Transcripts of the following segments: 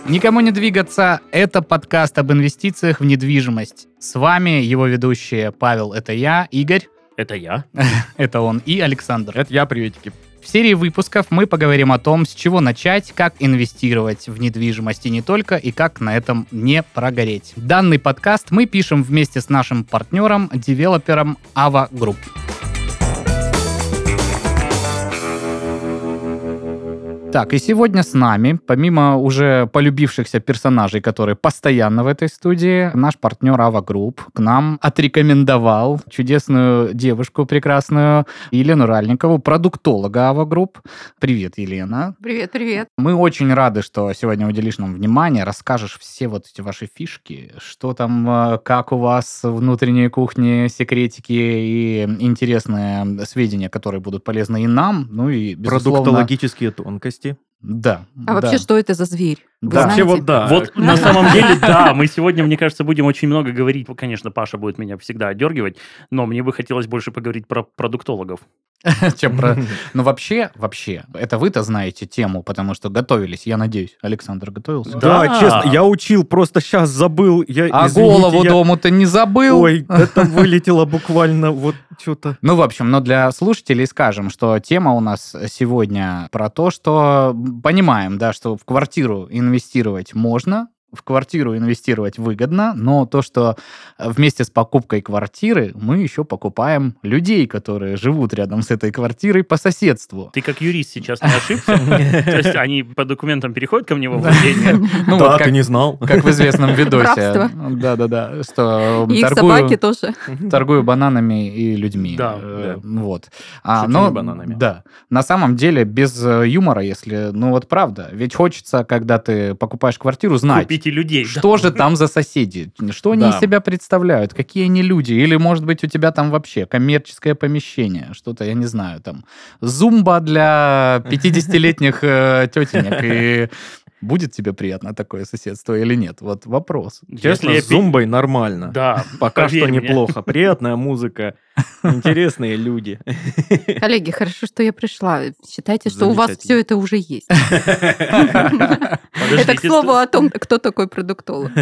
Никому не двигаться. Это подкаст об инвестициях в недвижимость. С вами его ведущие Павел, это я, Игорь. Это я. Это он и Александр. Это я, приветики. В серии выпусков мы поговорим о том, с чего начать, как инвестировать в недвижимость и не только, и как на этом не прогореть. Данный подкаст мы пишем вместе с нашим партнером, девелопером Ava Group. Так, и сегодня с нами, помимо уже полюбившихся персонажей, которые постоянно в этой студии, наш партнер Ava Group к нам отрекомендовал чудесную девушку прекрасную Елену Ральникову, продуктолога Ava Group. Привет, Елена. Привет, привет. Мы очень рады, что сегодня уделишь нам внимание, расскажешь все вот эти ваши фишки, что там, как у вас внутренние кухни, секретики и интересные сведения, которые будут полезны и нам, ну и, безусловно... Продуктологические тонкости. Да. А вообще, что это за зверь? Вы Да. знаете? Вообще вот да. Вот на самом деле, да, мы сегодня, мне кажется, будем очень много говорить. Конечно, Паша будет меня всегда одергивать, но мне бы хотелось больше поговорить про продуктологов. Чем про... Ну, вообще, это вы-то знаете тему, потому что готовились, я надеюсь. Александр готовился? Да, Да. честно, я учил, просто сейчас забыл. А голову дому-то не забыл? Ой, это вылетело буквально вот что-то. Ну, в общем, но для слушателей скажем, что тема у нас сегодня про то, что понимаем, да, что в квартиру инвестировать можно, в квартиру инвестировать выгодно, но то, что вместе с покупкой квартиры мы еще покупаем людей, которые живут рядом с этой квартирой по соседству. Ты как юрист сейчас не ошибся? То есть они по документам переходят ко мне во владение? Ну, Да, вот ты как, не знал. как в известном видосе. Рабство. Да-да-да. Что И их собаки тоже. торгую бананами и людьми. Да, Вот. Шутими бананами. Да. На самом деле, без юмора, если... Ну, вот правда. Ведь хочется, когда ты покупаешь квартиру, знать, Купите людей. что же там за соседи, что они из Да. себя представляют, какие они люди. Или, может быть, у тебя там вообще коммерческое помещение, что-то, я не знаю, там, зумба для 50-летних тетенек. И будет тебе приятно такое соседство или нет? Вот вопрос. Честно, Если с зумбой нормально. Да, Пока что поверь мне. неплохо. Приятная музыка, интересные люди. Коллеги, хорошо, что я пришла. Считайте, что у вас Замечательно. все это уже есть. Подождите, Это, к слову, о том, кто такой продуктолог.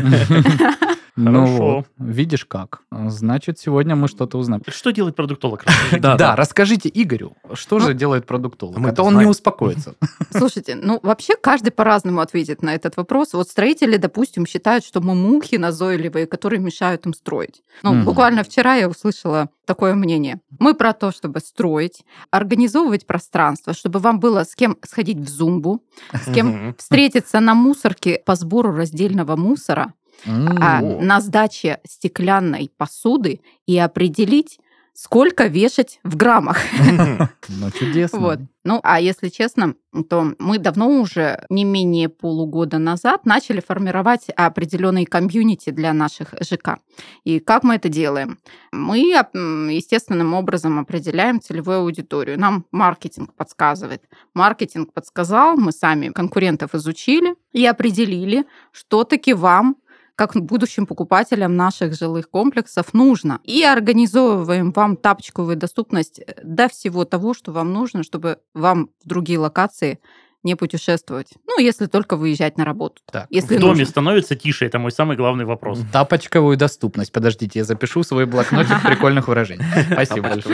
Ну Хорошо. вот, видишь как. Значит, сегодня мы что-то узнаем. Что делает продуктолог? Расскажите. Да, расскажите Игорю, что же делает продуктолог? мы-то А то он не знаем. успокоится. Слушайте, ну вообще каждый по-разному ответит на этот вопрос. Вот строители, допустим, считают, что мы мухи назойливые, которые мешают им строить. Ну, Мгм. буквально вчера я услышала такое мнение. Мы про то, чтобы строить, организовывать пространство, чтобы вам было с кем сходить в зумбу, с кем Мгм. встретиться на мусорке по сбору раздельного мусора, на сдаче стеклянной посуды и определить, сколько вешать в граммах. Ну, чудесно. Вот. Ну, а если честно, то мы давно уже, не менее полугода назад, начали формировать определенные комьюнити для наших ЖК. И как мы это делаем? Мы естественным образом определяем целевую аудиторию. Нам маркетинг подсказывает. Маркетинг подсказал, мы сами конкурентов изучили и определили, что таки вам, как будущим покупателям наших жилых комплексов, нужно. И организовываем вам тапочковую доступность до всего того, что вам нужно, чтобы вам в другие локации не путешествовать. Ну, если только выезжать на работу. Так, Если В доме нужно. становится тише, это мой самый главный вопрос. Тапочковую доступность. Подождите, я запишу свой блокнотик прикольных выражений. Спасибо большое.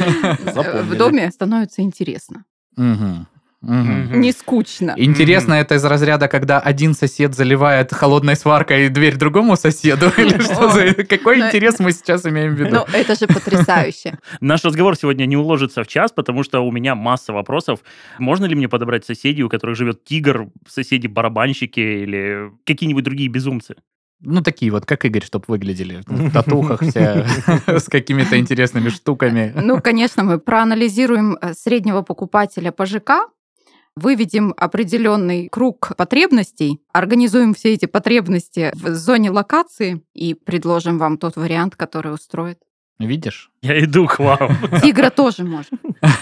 В доме становится интересно. Мгм. Мгм. Не скучно. Интересно, это из разряда, когда один сосед заливает холодной сваркой дверь другому соседу? Или что за... Какой Ну, интерес мы сейчас имеем в виду? Ну, это же потрясающе. Наш разговор сегодня не уложится в час, потому что у меня масса вопросов. Можно ли мне подобрать соседей, у которых живет тигр, соседи-барабанщики или какие-нибудь другие безумцы? Ну, такие вот, как Игорь, чтоб выглядели. В татухах все, с какими-то интересными штуками. Ну, конечно, мы проанализируем среднего покупателя по ЖК, выведем определенный круг потребностей, организуем все эти потребности в зоне локации и предложим вам тот вариант, который устроит. Видишь? Я иду к вам. Тигра тоже можно.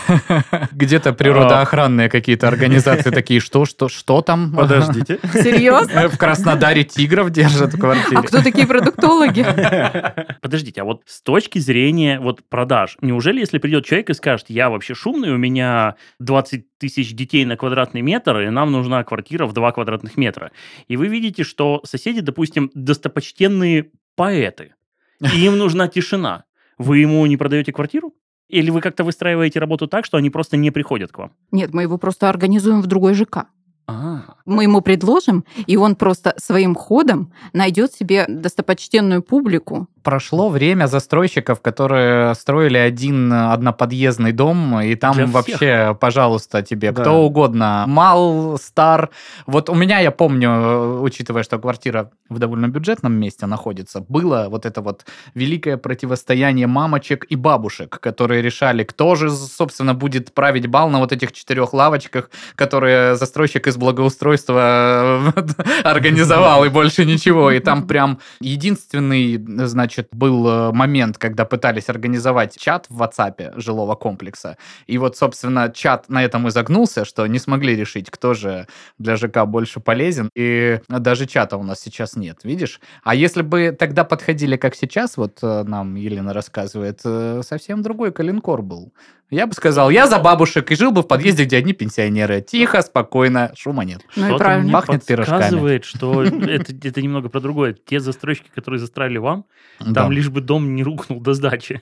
Где-то природоохранные какие-то организации такие, что там? Подождите. Серьезно? В Краснодаре тигров держат в А квартире. кто такие продуктологи? Подождите, а вот с точки зрения вот продаж, неужели если придет человек и скажет, я вообще шумный, у меня 20 тысяч детей на квадратный метр, и нам нужна квартира в 2 квадратных метра, и вы видите, что соседи, допустим, достопочтенные поэты, и им нужна тишина, вы ему не продаете квартиру? Или вы как-то выстраиваете работу так, что они просто не приходят к вам? Нет, мы его просто организуем в другой ЖК. А, Мы ему предложим, и он просто своим ходом найдет себе достопочтенную публику. Прошло время застройщиков, которые строили одноподъездный дом, и там Для всех. вообще, пожалуйста, тебе Да. кто угодно, мал, стар. Вот у меня, я помню, учитывая, что квартира в довольно бюджетном месте находится, было вот это вот великое противостояние мамочек и бабушек, которые решали, кто же, собственно, будет править бал на вот этих 4 лавочках, которые застройщик из благоустройства организовал, и больше ничего. И там прям единственный, значит, был момент, когда пытались организовать чат в WhatsApp жилого комплекса. И вот, собственно, чат на этом и загнулся, что не смогли решить, кто же для ЖК больше полезен. И даже чата у нас сейчас нет, видишь? А если бы тогда подходили, как сейчас, вот нам Елена рассказывает, совсем другой калинкор был. Я бы сказал, я за бабушек и жил бы в подъезде, где одни пенсионеры. Тихо, спокойно, шума нет. Ну и что-то правильно. мне Пахнет пирожками. подсказывает, что это немного про другое. Те застройщики, которые застроили вам, Да. там лишь бы дом не рухнул до сдачи.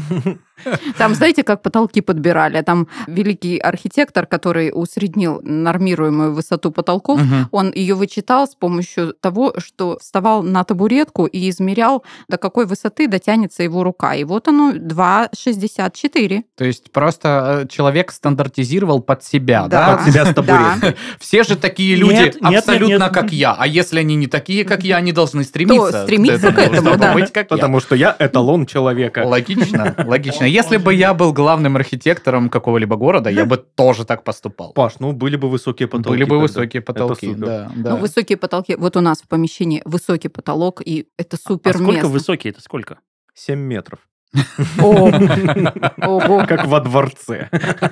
Там, знаете, как потолки подбирали? Там великий архитектор, который усреднил нормируемую высоту потолков, Мгм. он ее вычитал с помощью того, что вставал на табуретку и измерял, до какой высоты дотянется его рука. И вот оно 2,64. То есть просто человек стандартизировал под себя, Да. да? Под себя с табуретки. Все же такие люди Нет, нет, абсолютно нет. как я. А если они не такие, как я, они должны стремиться, стремиться к этому, чтобы да. быть как я. Потому что я эталон человека. Логично, логично. Если бы я был главным архитектором какого-либо города, я бы тоже так поступал. Паш, ну были бы высокие потолки. Были бы тогда. высокие Это потолки, супер. да, да. Ну, высокие потолки. Вот у нас в помещении высокий потолок, и это супер А сколько место. высокий? Это сколько? 7 метров. О, ого. Как во дворце.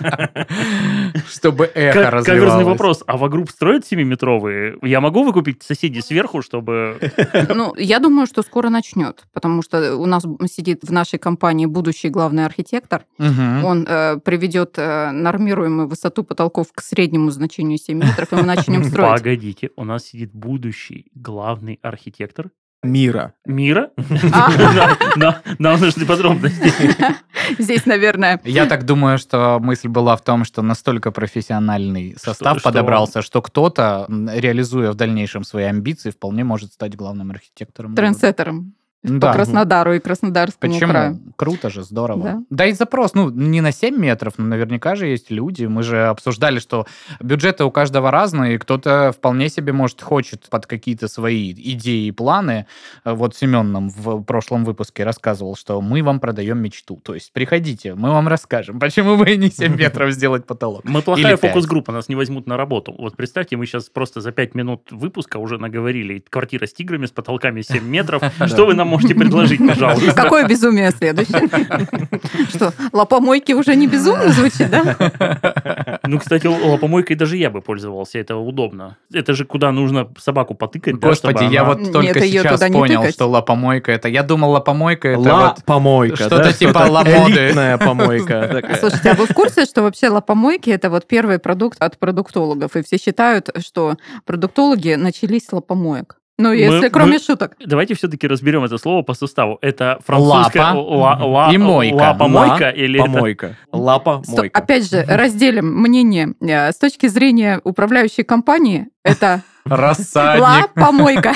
Чтобы эхо Каверзный развивалось. вопрос. А вагрупп строят 7-метровые? Я могу выкупить соседей сверху, чтобы... Ну, я думаю, что скоро начнет, потому что у нас сидит в нашей компании будущий главный архитектор. Мгм. Он приведет нормируемую высоту потолков к среднему значению 7 метров, и мы начнем строить. Погодите, у нас сидит будущий главный архитектор Мира. мира? А. Нам нужны подробности. Здесь, наверное, Я так думаю, что мысль была в том, что настолько профессиональный состав что подобрался, что кто-то, реализуя в дальнейшем свои амбиции, вполне может стать главным архитектором. города. трендсеттером по Да. Краснодару и Краснодарскому Почему? краю. Круто же, здорово. Да. Да и запрос, не на 7 метров, но наверняка же есть люди. Мы же обсуждали, что бюджеты у каждого разные, и кто-то вполне себе, может, хочет под какие-то свои идеи и планы. Вот Семен нам в прошлом выпуске рассказывал, что мы вам продаем мечту. То есть приходите, мы вам расскажем, почему бы и не 7 метров сделать потолок. Мы плохая Или 5. фокус-группа, нас не возьмут на работу. Вот представьте, мы сейчас просто за 5 минут выпуска уже наговорили. Квартира с тиграми, с потолками 7 метров. Что вы нам можете предложить, пожалуйста? Какое безумие следующее? Что, лапомойки уже не безумно звучит, да? Ну, кстати, лапомойкой даже я бы пользовался, это удобно. Это же куда нужно собаку потыкать, да, Господи, чтобы я она- вот только Нет, её сейчас туда не понял, тыкать. что лапомойка это... Я думал, лапомойка это вот... Ла-помойка. что-то да, типа что-то ламоды. элитная помойка. такая. Слушайте, а вы в курсе, что вообще лапомойки – это вот первый продукт от продуктологов? И все считают, что продуктологи начались с лапомоек. Ну, если кроме мы- шуток. Давайте все-таки разберем это слово по составу. Это французская Лапа и мойка. лапомойка или это... Помойка. Лапа, Стоп, мойка. опять же, разделим мнение. С точки зрения управляющей компании, это Рассадник. лапомойка.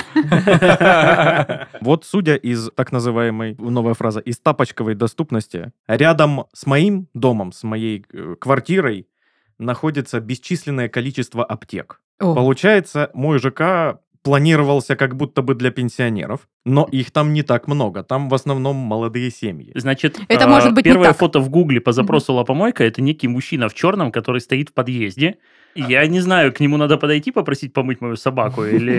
Вот судя из так называемой, новая фраза, из тапочковой доступности, рядом с моим домом, с моей квартирой находится бесчисленное количество аптек. О, Получается, мой ЖК планировался как будто бы для пенсионеров, но их там не так много. Там в основном молодые семьи. Значит, Это может быть не первое так. фото в Гугле по запросу лапомойка — это некий мужчина в черном, который стоит в подъезде. Я не знаю, к нему надо подойти, попросить помыть мою собаку, или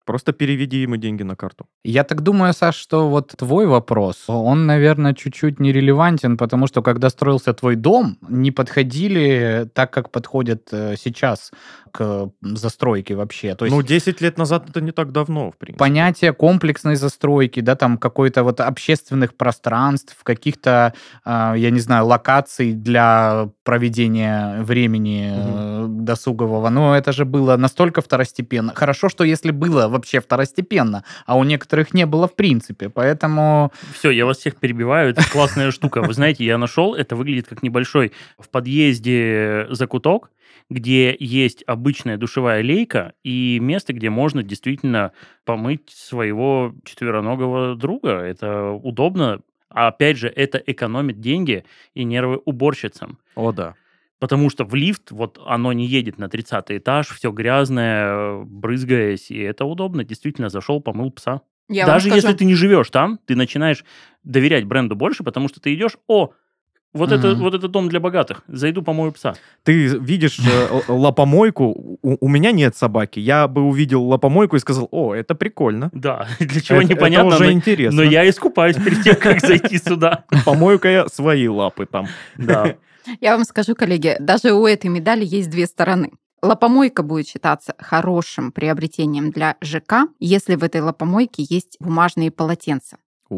Просто переведи ему деньги на карту. Я так думаю, Саш, что вот твой вопрос, он, наверное, чуть-чуть нерелевантен, потому что когда строился твой дом, не подходили так, как подходят сейчас к застройке вообще. То есть 10 лет назад это не так давно, в принципе. понятие комплексной застройки, да, там какой-то вот общественных пространств, каких-то, я не знаю, локаций для проведения времени досугового, но это же было настолько второстепенно. Хорошо, что если было вообще второстепенно, а у некоторых не было в принципе, поэтому... Все, я вас всех перебиваю, это классная штука. Вы знаете, я нашел, это выглядит как небольшой в подъезде закуток, где есть обычная душевая лейка и место, где можно действительно помыть своего четвероногого друга. Это удобно. А опять же, это экономит деньги и нервы уборщицам. О, да. Потому что в лифт, вот оно не едет на 30-й этаж, все грязное, брызгаясь, и это удобно. Действительно, зашел, помыл пса. Я вам Даже скажу, если ты не живешь там, ты начинаешь доверять бренду больше, потому что ты идешь, вот это дом для богатых, зайду помою пса. Ты видишь лапомойку, у меня нет собаки, я бы увидел лапомойку и сказал, это прикольно. Да, для чего Это непонятно, уже интересно. но я искупаюсь перед тем, как зайти сюда. Помою-ка я свои лапы там. Да. я вам скажу, коллеги, даже у этой медали есть две стороны. Лапомойка будет считаться хорошим приобретением для ЖК, если в этой лапомойке есть бумажные полотенца.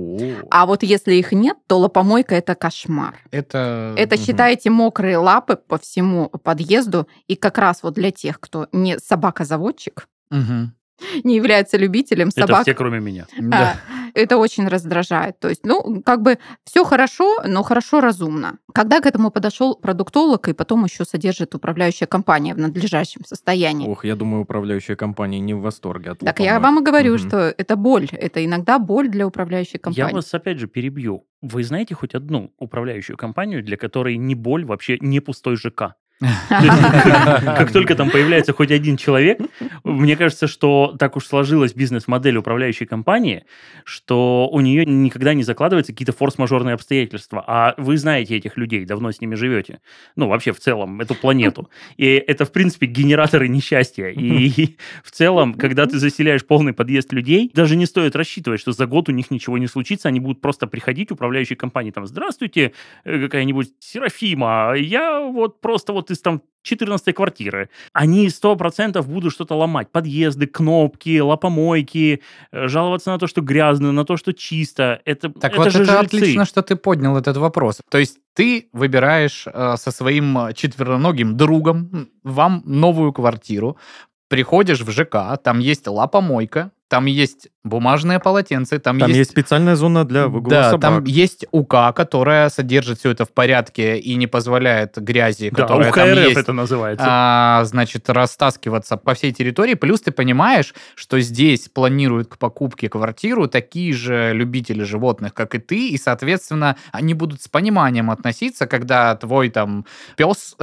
А вот если их нет, то лапомойка – это кошмар. Это... Это, считайте, мокрые лапы по всему подъезду. И как раз вот для тех, кто не собака-заводчик, Мгм. не является любителем Это собак, все, кроме меня. Да. это очень раздражает. То есть, как бы все хорошо, но хорошо разумно. Когда к этому подошел продуктолог и потом еще содержит управляющая компания в надлежащем состоянии. Ох, я думаю, управляющая компания не в восторге от Так я лапомойки. вам и говорю, Мгм. что это боль. Это иногда боль для управляющей Я компании. вас опять же перебью. Вы знаете хоть одну управляющую компанию, для которой не боль вообще не пустой ЖК? То есть, как только там появляется хоть один человек, мне кажется, что так уж сложилась бизнес-модель управляющей компании, что у нее никогда не закладываются какие-то форс-мажорные обстоятельства. А вы знаете этих людей, давно с ними живете. Ну, вообще в целом, эту планету. И это, в принципе, генераторы несчастья. И в целом, когда ты заселяешь полный подъезд людей, даже не стоит рассчитывать, что за год у них ничего не случится, они будут просто приходить, управляющей компании, там, здравствуйте, какая-нибудь Серафима, я вот просто вот из там 14-й квартиры. Они 100% будут что-то ломать. Подъезды, кнопки, лапомойки, жаловаться на то, что грязно, на то, что чисто. Так это вот, же это жильцы. отлично, что ты поднял этот вопрос. То есть ты выбираешь со своим четвероногим другом вам новую квартиру, приходишь в ЖК, там есть лапомойка, там есть бумажные полотенца, там есть специальная зона для выгула да, собак. там есть УК, которая содержит все это в порядке и не позволяет грязи, Да, которая там УКРФ есть, это называется. значит, растаскиваться по всей территории. Плюс ты понимаешь, что здесь планируют к покупке квартиру такие же любители животных, как и ты, и, соответственно, они будут с пониманием относиться, когда твой там пес,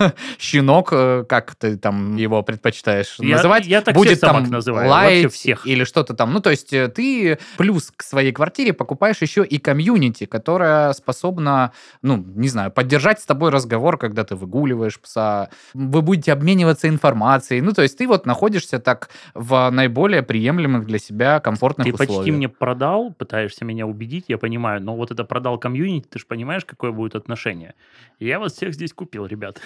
щенок, как ты там его предпочитаешь называть, я так будет всех собак там называю, вообще лаять всех. или что-то там. Ну, то есть ты плюс к своей квартире покупаешь еще и комьюнити, которая способна, ну, не знаю, поддержать с тобой разговор, когда ты выгуливаешь пса. Вы будете обмениваться информацией. Ну, то есть ты вот находишься так в наиболее приемлемых для себя комфортных Ты условиях. почти мне продал, пытаешься меня убедить, я понимаю, но вот это продал комьюнити, ты же понимаешь, какое будет отношение. Я вас всех здесь купил, ребят.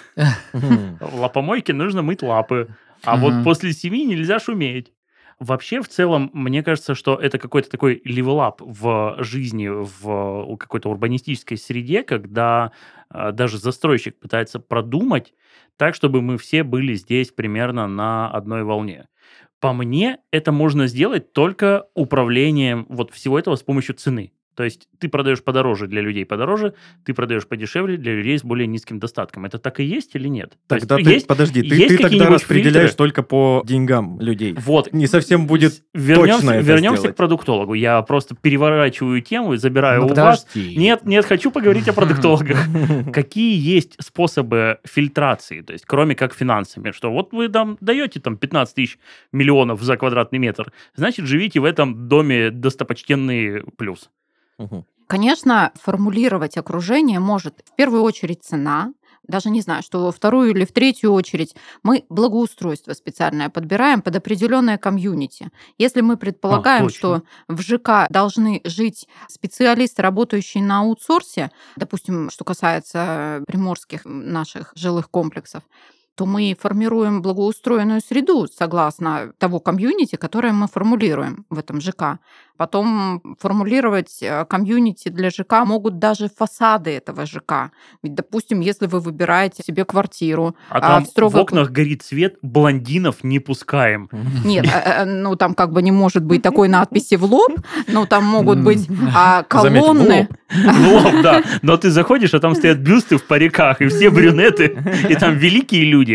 В лапомойке нужно мыть лапы, а вот после 7 нельзя шуметь. Вообще, в целом, мне кажется, что это какой-то такой левелап в жизни, в какой-то урбанистической среде, когда даже застройщик пытается продумать так, чтобы мы все были здесь примерно на одной волне. По мне, это можно сделать только управлением вот всего этого с помощью цены. То есть ты продаешь подороже для людей подороже, ты продаешь подешевле для людей с более низким достатком. Это так и есть или нет? Тогда ты, подожди, есть ты тогда какие-нибудь распределяешь фильтры? только по деньгам людей. Вот. Не совсем будет точно это Вернемся сделать. к продуктологу. Я просто переворачиваю тему и забираю Ну, у вас. подожди. Нет, хочу поговорить о продуктологах. Какие есть способы фильтрации, то есть кроме как финансами, что вот вы там даете там 15 тысяч миллионов за квадратный метр, значит, живите в этом доме достопочтенный плюс. Мгм. Конечно, формулировать окружение может в первую очередь цена, даже не знаю, что во вторую или в третью очередь мы благоустройство специальное подбираем под определенное комьюнити. Если мы предполагаем, что в ЖК должны жить специалисты, работающие на аутсорсе, допустим, что касается приморских наших жилых комплексов, то мы формируем благоустроенную среду согласно того комьюнити, которое мы формулируем в этом ЖК. Потом формулировать комьюнити для ЖК могут даже фасады этого ЖК. Ведь, допустим, если вы выбираете себе квартиру... там в окнах горит свет, блондинов не пускаем. Нет, там как бы не может быть такой надписи в лоб, но там могут быть колонны. В лоб, да. Но ты заходишь, а там стоят бюсты в париках, и все брюнеты, и там великие люди,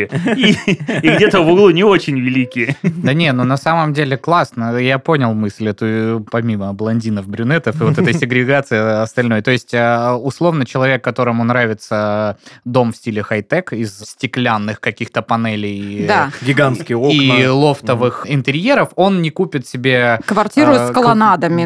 и где-то в углу не очень великие. Да не, на самом деле классно. Я понял мысль эту, помимо блондинов, брюнетов и вот этой сегрегации остальной. То есть, условно, человек, которому нравится дом в стиле хай-тек, из стеклянных каких-то панелей, гигантские окна и лофтовых интерьеров, он не купит себе... Квартиру с колоннадами,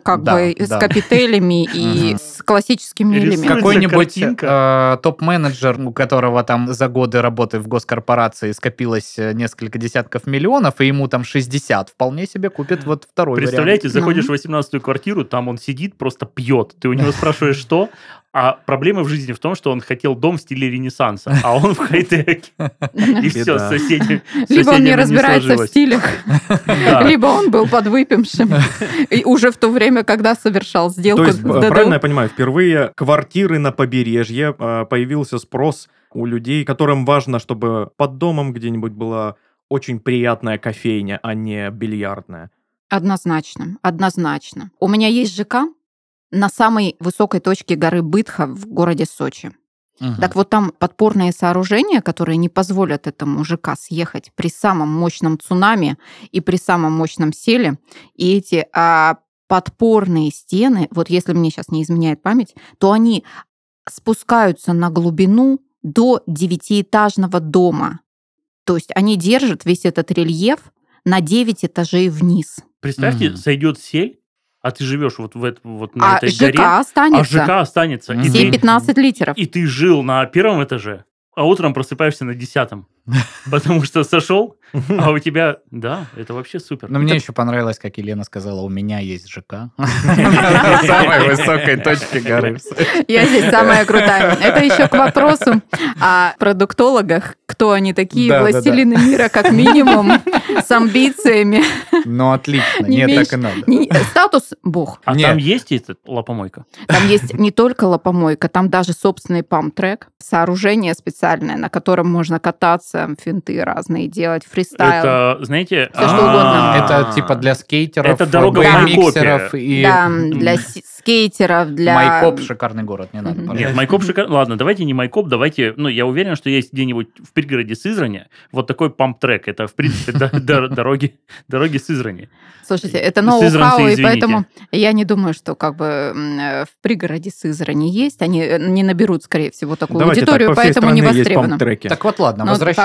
с капителями и с классическими элементами. Какой-нибудь топ-менеджер, у которого там за годы работы в госкорпорации скопилось несколько десятков миллионов, и ему там 60, вполне себе купит вот второй вариант. Представляете, заходишь в 18-ю квартиру, там он сидит, просто пьет. Ты у него спрашиваешь, что? А проблема в жизни в том, что он хотел дом в стиле Ренессанса, а он в хай-теке. И все, соседи. Либо он не разбирается в стилях, либо он был подвыпившим. И уже в то время, когда совершал сделку. То есть, правильно я понимаю, впервые квартиры на побережье, появился спрос у людей, которым важно, чтобы под домом где-нибудь была очень приятная кофейня, а не бильярдная. Однозначно. У меня есть ЖК на самой высокой точке горы Бытха в городе Сочи. Так вот там подпорные сооружения, которые не позволят этому ЖК съехать при самом мощном цунами и при самом мощном селе. И эти подпорные стены, вот если мне сейчас не изменяет память, то они спускаются на глубину до 9-этажного дома. То есть они держат весь этот рельеф на 9 этажей вниз. Представьте, сойдет сель, а ты живешь вот на этой горе. А ЖК останется. Все 15 литров. И ты жил на 1 этаже, а утром просыпаешься на 10-м. Потому что сошел, а у тебя... Да, это вообще супер. Но мне еще понравилось, как Елена сказала, у меня есть ЖК. На самой высокой точке горы. Я здесь самая крутая. Это еще к вопросу о продуктологах. Кто они такие? Властелины мира, как минимум, с амбициями. Ну, отлично. Нет, так и надо. Статус бог. А там есть лапомойка? Там есть не только лапомойка, там даже собственный памп-трек, сооружение специальное, на котором можно кататься, финты разные делать, фристайл. Это, знаете... Все что угодно. Это типа для скейтеров, это дорога в миксеров и... Да, для скейтеров, для... Майкоп — шикарный город, не надо, пожалуйста. Нет, Майкоп шикарный. Ладно, давайте не Майкоп, давайте... я уверен, что есть где-нибудь в пригороде Сызрани вот такой памп-трек. Это, в принципе, дороги Сызрани. Слушайте, это ноу-хау, и поэтому я не думаю, что как бы в пригороде Сызрани есть. Они не наберут, скорее всего, такую аудиторию, поэтому не востребовано. Так вот, ладно, возвращаясь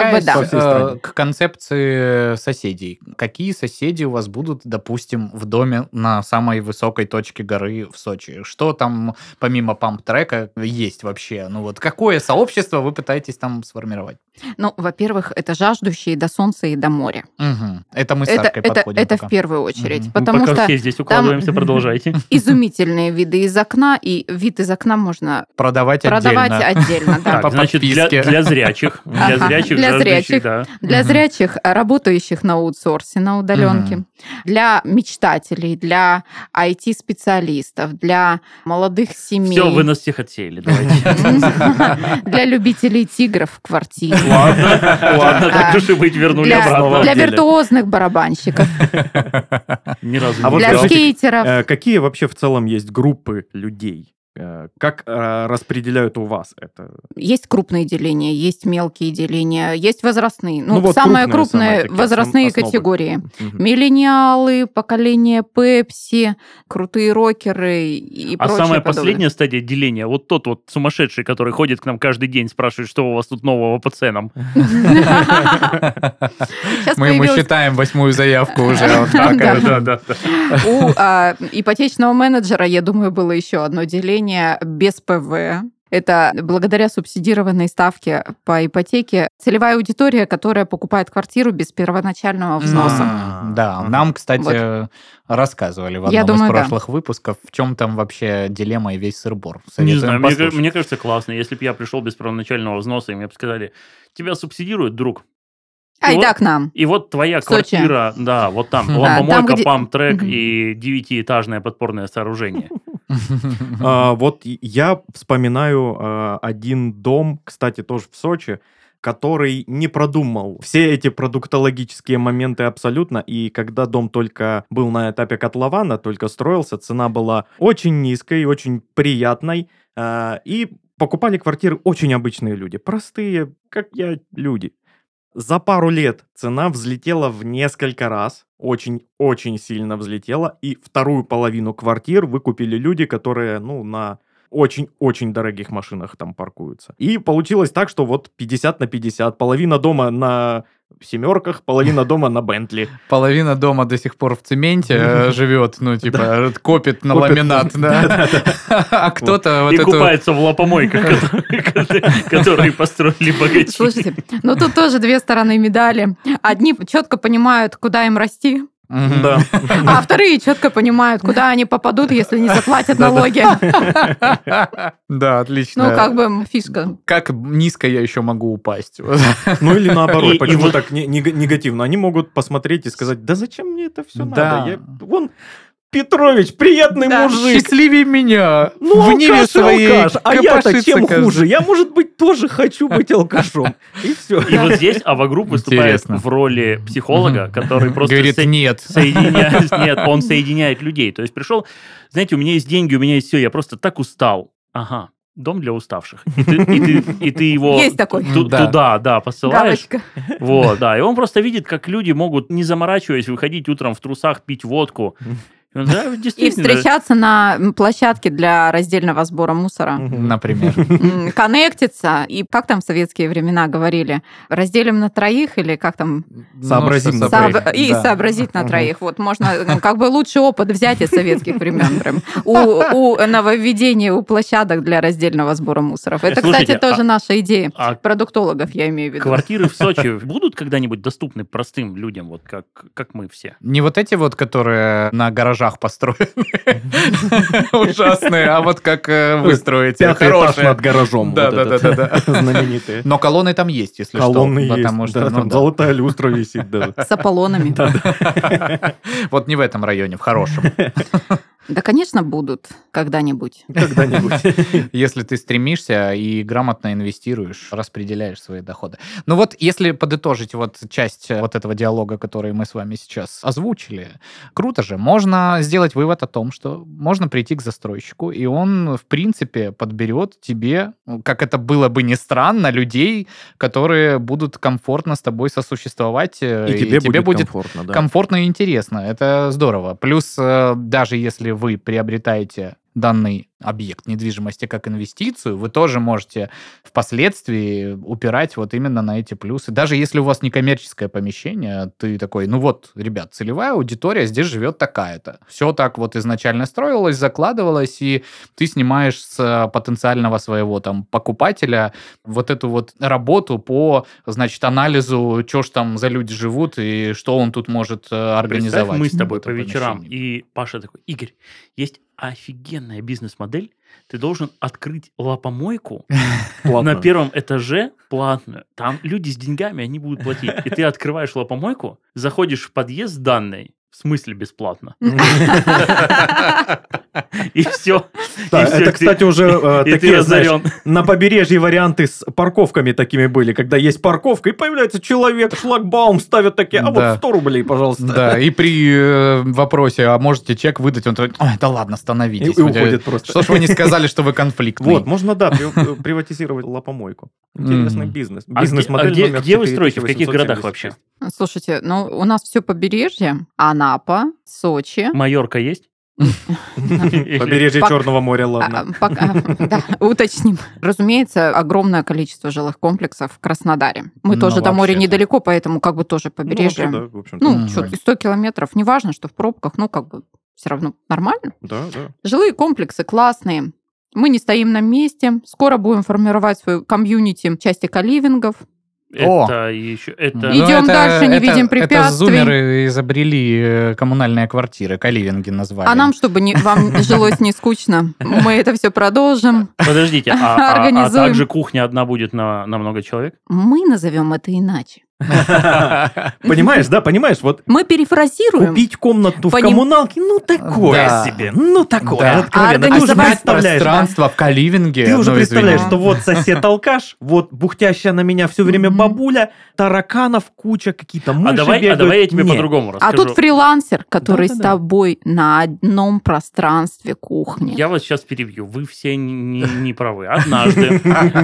к концепции соседей. Какие соседи у вас будут, допустим, в доме на самой высокой точке горы в Сочи? Что там, помимо памп-трека, есть вообще? Какое сообщество вы пытаетесь там сформировать? Во-первых, это жаждущие до солнца и до моря. Угу. Это мы с Саркой подходим. Это в первую очередь. Потому пока что все здесь укладываемся, продолжайте. Изумительные виды из окна, и вид из окна можно продавать отдельно. Так, значит, для зрячих. Для зрячих, работающих на аутсорсе, на удаленке. Для мечтателей, для IT-специалистов, для молодых семей. Все, вы нас всех отсеяли, давайте. Для любителей тигров в квартире. Ладно, так уж и быть, вернули обратно. Для виртуозных барабанщиков. Ни разу не для скейтеров. Какие вообще в целом есть группы людей? Как распределяют у вас это? Есть крупные деления, есть мелкие деления, есть возрастные. Самые крупные возрастные категории. Миллениалы, поколение Пепси, крутые рокеры и прочее. А самая последняя стадия деления, вот тот вот сумасшедший, который ходит к нам каждый день, спрашивает, что у вас тут нового по ценам. Мы ему считаем 8-ю заявку уже. У ипотечного менеджера, я думаю, было еще одно деление без ПВ. Это благодаря субсидированной ставке по ипотеке целевая аудитория, которая покупает квартиру без первоначального взноса. Да, нам, кстати, рассказывали в Я одном думаю, из прошлых выпусков, в чем там вообще дилемма и весь сыр-бор. Не Советуем знаю, послушать. мне кажется, классно. Если бы я пришел без первоначального взноса, и мне бы сказали, тебя субсидируют, друг. Айда к нам. И вот твоя В Сочи. квартира, да, вот там, Там, лапомойка, где- памп-трек Мгм. и 9-этажное подпорное сооружение. Вот я вспоминаю один дом, кстати, тоже в Сочи, который не продумал все эти продуктологические моменты абсолютно, и когда дом только был на этапе котлована, только строился, цена была очень низкой, очень приятной, и покупали квартиры очень обычные люди, простые, как я, люди. За пару лет цена взлетела в несколько раз, очень-очень сильно взлетела, и вторую половину квартир выкупили люди, которые, на очень-очень дорогих машинах там паркуются. И получилось так, что вот 50 на 50, половина дома на семерках, половина дома на Бентли. Половина дома до сих пор в цементе живет, копит на Копит, ламинат, да. А кто-то вот И эту... купается в лапомойках, которые построили богачи. Слушайте, тут тоже две стороны медали. Одни четко понимают, куда им расти, Мгм. Да. а вторые четко понимают, куда они попадут, если не заплатят налоги. Да, отлично. Фишка. Как низко я еще могу упасть? Ну или наоборот, И почему вот- так негативно? Они могут посмотреть и сказать, да зачем мне это все Да. надо? Вон, Петрович, приятный Да, мужик. Счастливее меня. Ну, в Ниве алкаш, своей алкаш. А я-то копошится чем каждый. хуже? Я, может быть, тоже хочу быть алкашом. И все. И вот здесь Авагрупп выступает Интересно. в роли психолога, который просто Говорит, нет. Нет, он соединяет людей. То есть пришел, знаете, у меня есть деньги, у меня есть все, я просто так устал. Ага, дом для уставших. И ты его Есть такой. Да. туда, да, посылаешь. Галочка. Вот, да. И он просто видит, как люди могут, не заморачиваясь, выходить утром в трусах, пить водку. И он, да, И действительно. встречаться на площадке для раздельного сбора мусора. Например. Коннектиться. И как там в советские времена говорили? Разделим на троих или как там? Сообразим на троих. троих. И сообразить на троих. Вот можно как бы лучший опыт взять из советских времен. Прям. У нововведения, у площадок для раздельного сбора мусоров. Это, Слушайте, кстати, тоже наша идея. А Продуктологов, я имею в виду. квартиры в Сочи будут когда-нибудь доступны простым людям, вот как мы все? Не вот эти вот, которые на гаражах построены, ужасные, а вот как вы строите, Пятый этаж хорошие. над гаражом. Да, вот да, этот, да, да, да. знаменитые. Но колонны там есть, если Колонны что. есть, Потому что, да, ну там да. золотая люстра висит даже. С Аполлонами. Вот не в этом районе, в хорошем. Да, конечно, будут когда-нибудь. Когда-нибудь. Если ты стремишься и грамотно инвестируешь, распределяешь свои доходы. Ну вот, если подытожить вот часть вот этого диалога, который мы с вами сейчас озвучили, круто же. Можно сделать вывод о том, что можно прийти к застройщику, и он, в принципе, подберет тебе, как это было бы ни странно, людей, которые будут комфортно с тобой сосуществовать. И тебе будет комфортно, да. комфортно и интересно. Это здорово. Плюс, даже если вы приобретаете данный объект недвижимости как инвестицию, вы тоже можете впоследствии упирать вот именно на эти плюсы. Даже если у вас не коммерческое помещение, ты такой, ну вот, ребят, целевая аудитория здесь живет такая-то. Все так вот изначально строилось, закладывалось, и ты снимаешь с потенциального своего там покупателя вот эту вот работу по, значит, анализу, что ж там за люди живут и что он тут может организовать. Представь, мы с в тобой этом по вечерам, помещении. и Паша такой, Игорь, есть офигенная бизнес-модель, ты должен открыть лапомойку Платно. на первом этаже платную. Там люди с деньгами, они будут платить. И ты открываешь лапомойку, заходишь в подъезд с данной, в смысле бесплатно. И все. Да, это, кстати, уже такие, знаешь, на побережье варианты с парковками такими были, когда есть парковка, и появляется человек, шлагбаум ставят такие, а Да. вот 100 рублей, пожалуйста. Да, и при вопросе, а можете чек выдать, он такой, ой, да ладно, остановитесь. И уходит просто. Что ж вы не сказали, что вы конфликтный? Вот, можно, да, приватизировать лапомойку. Интересный бизнес. А Бизнес-модель где номер вы строите? В каких 4876. городах вообще? Слушайте, у нас все побережье. Анапа, Сочи. Майорка есть? Побережье Пок- Черного моря, ладно. Да, уточним. Разумеется, огромное количество жилых комплексов в Краснодаре. Мы Ну, тоже до моря вообще-то. недалеко, поэтому как бы тоже побережье. Ну, в общем-то. Ну, Мгм. что, 100 километров. Неважно, что в пробках, как бы все равно нормально. Да, да. Жилые комплексы классные. Мы не стоим на месте. Скоро будем формировать свою комьюнити в части коливингов. Это еще... Это... Идем дальше, не видим препятствий. Это зумеры изобрели коммунальные квартиры, коливинги назвали. А нам, чтобы вам жилось не скучно, мы это все продолжим. Подождите, а Организуем. также кухня одна будет на много человек? Мы назовем это иначе. Понимаешь, да, понимаешь, вот Мы перефразируем. купить комнату в коммуналке, ну такое Да. себе, ну такое, Да. откровенно. Ты уже Организовать представляешь, пространство в коливинге. Ты уже ну, представляешь, извини. что вот сосед-алкаш, вот бухтящая на меня все время бабуля, тараканов куча, какие-то мыши давай бегают. я тебе Нет. по-другому А расскажу. тут фрилансер, который с Да-да-да. тобой на одном пространстве кухни. Я вас сейчас перебью. Вы все не правы. Однажды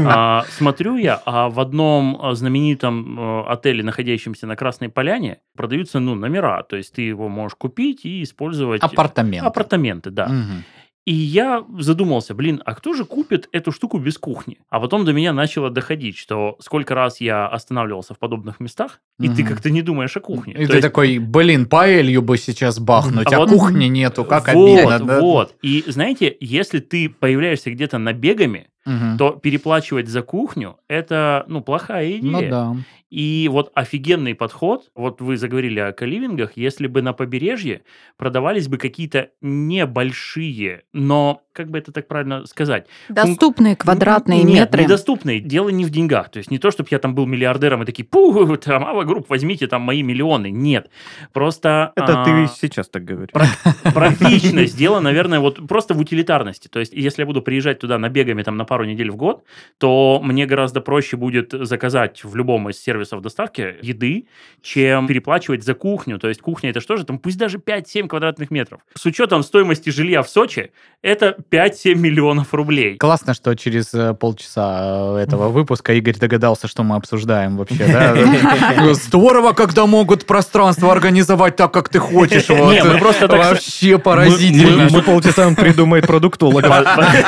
смотрю я, а в одном знаменитом отеле, находящемся на Красной Поляне, продаются номера. То есть ты его можешь купить и использовать... Апартаменты. Апартаменты, да. Мгм. И я задумался, а кто же купит эту штуку без кухни? А потом до меня начало доходить, что сколько раз я останавливался в подобных местах, и ты Мгм. как-то не думаешь о кухне. И То ты есть- такой, паэлью бы сейчас бахнуть, А а вот- кухни нету, как вот, обидно. да? вот. И знаете, если ты появляешься где-то набегами, Мгм. то переплачивать за кухню – это, плохая идея. Ну да. И вот офигенный подход, вот вы заговорили о коливингах, если бы на побережье продавались бы какие-то небольшие, но, как бы это так правильно сказать? Доступные квадратные Нет, метры. недоступные. Дело не в деньгах. То есть не то, чтобы я там был миллиардером и такие, там, Ава Групп, возьмите там мои миллионы. Нет. Просто... Это ты сейчас так говоришь. Практичность, дело, наверное, вот просто в утилитарности. То есть, если я буду приезжать туда набегами там на пару недель в год, то мне гораздо проще будет заказать в любом из сервисов доставки еды, чем переплачивать за кухню. То есть, кухня это что же там, пусть даже 5-7 квадратных метров. С учетом стоимости жилья в Сочи, это 5-7 миллионов рублей. Классно, что через полчаса этого выпуска Игорь догадался, что мы обсуждаем вообще, да? Здорово, когда могут пространство организовать так, как ты хочешь. вот. Не, мы просто так... Вообще поразительно. Мы полчаса он придумает продуктолога.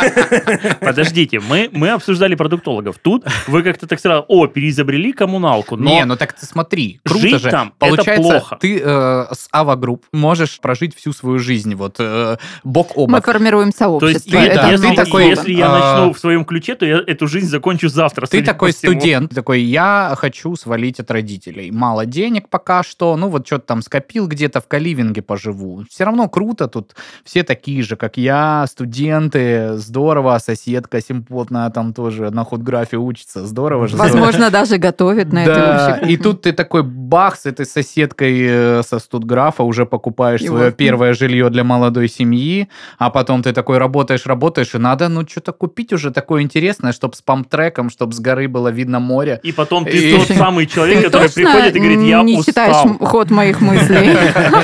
Подождите, мы обсуждали продуктологов. Тут вы как-то так сразу, переизобрели коммуналку, но... Не, ну так ты смотри, круто жить же. там — это Получается, плохо. ты с Ava Group можешь прожить всю свою жизнь, вот, бок о Мы бок. формируем То есть, сообщество. ты- Это да, если, ты такой, если я начну в своем ключе, то я эту жизнь закончу завтра. Ты судя такой по всему. студент, такой, я хочу свалить от родителей. Мало денег пока что, ну вот что-то там скопил где-то, в коливинге поживу. Все равно круто, тут все такие же, как я, студенты, здорово, соседка симпотная там тоже на худграфе учится, здорово же. Возможно, даже готовит на этой Да, общей и тут ты такой бах с этой соседкой со студграфа уже покупаешь И свое вот. первое жилье для молодой семьи, а потом ты такой работаешь, и надо, что-то купить уже такое интересное, чтобы с памп-треком, чтобы с горы было видно море. И потом ты И- тот самый человек, Ты который точно приходит и говорит, я не читаешь устал. ход моих мыслей?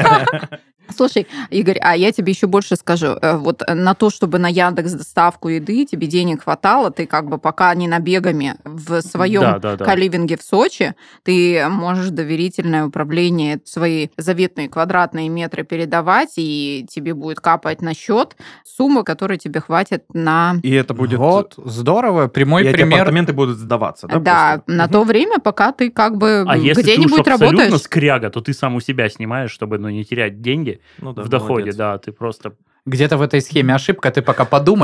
Слушай, Игорь, а я тебе еще больше скажу. Вот на то, чтобы на Яндекс доставку еды тебе денег хватало, ты как бы пока не набегами в своем Да. коливинге в Сочи, ты можешь доверительное управление свои заветные квадратные метры передавать, и тебе будет капать на счет сумма, которая тебе хватит на... И это будет... Вот, здорово, прямой И эти пример. апартаменты будут сдаваться, да? Да, после? на то время, пока ты как бы А если ты уж где-нибудь абсолютно работаешь. скряга, то ты сам у себя снимаешь, чтобы не терять деньги Ну да, в доходе. молодец. Да, ты просто... Где-то в этой схеме ошибка, ты пока подумай.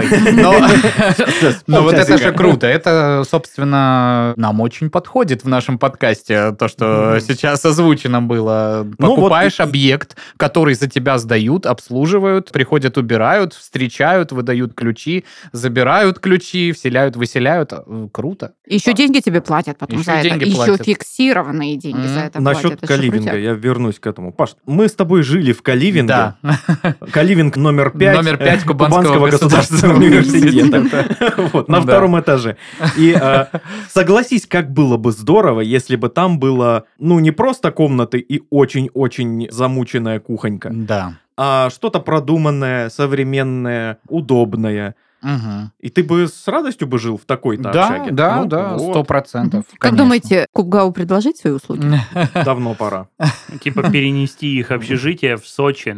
Но вот это же круто. Это, собственно, нам очень подходит в нашем подкасте, то, что сейчас озвучено было. Ну, Покупаешь вот- объект, который за тебя сдают, обслуживают, приходят, убирают, встречают, выдают ключи, забирают ключи, вселяют, выселяют. Круто. Еще деньги тебе платят потом Еще за это. деньги Еще платят. фиксированные деньги за это Насчет платят. Это же коливинга, крутяк. я вернусь к этому. Паш, мы с тобой жили в коливинге. Да. Коливинг номер 5. Номер 5 Кубанского государственного университета. Вот, на Да. втором этаже. И согласись, как было бы здорово, если бы там было, не просто комнаты и очень-очень замученная кухонька, Да. а что-то продуманное, современное, удобное. Мгм. И ты бы с радостью бы жил в такой-то Да, общаге. да, Ну, да, вот, 100%. Как конечно. думаете, Кубгау предложить свои услуги? давно пора. Типа перенести их общежитие в Сочи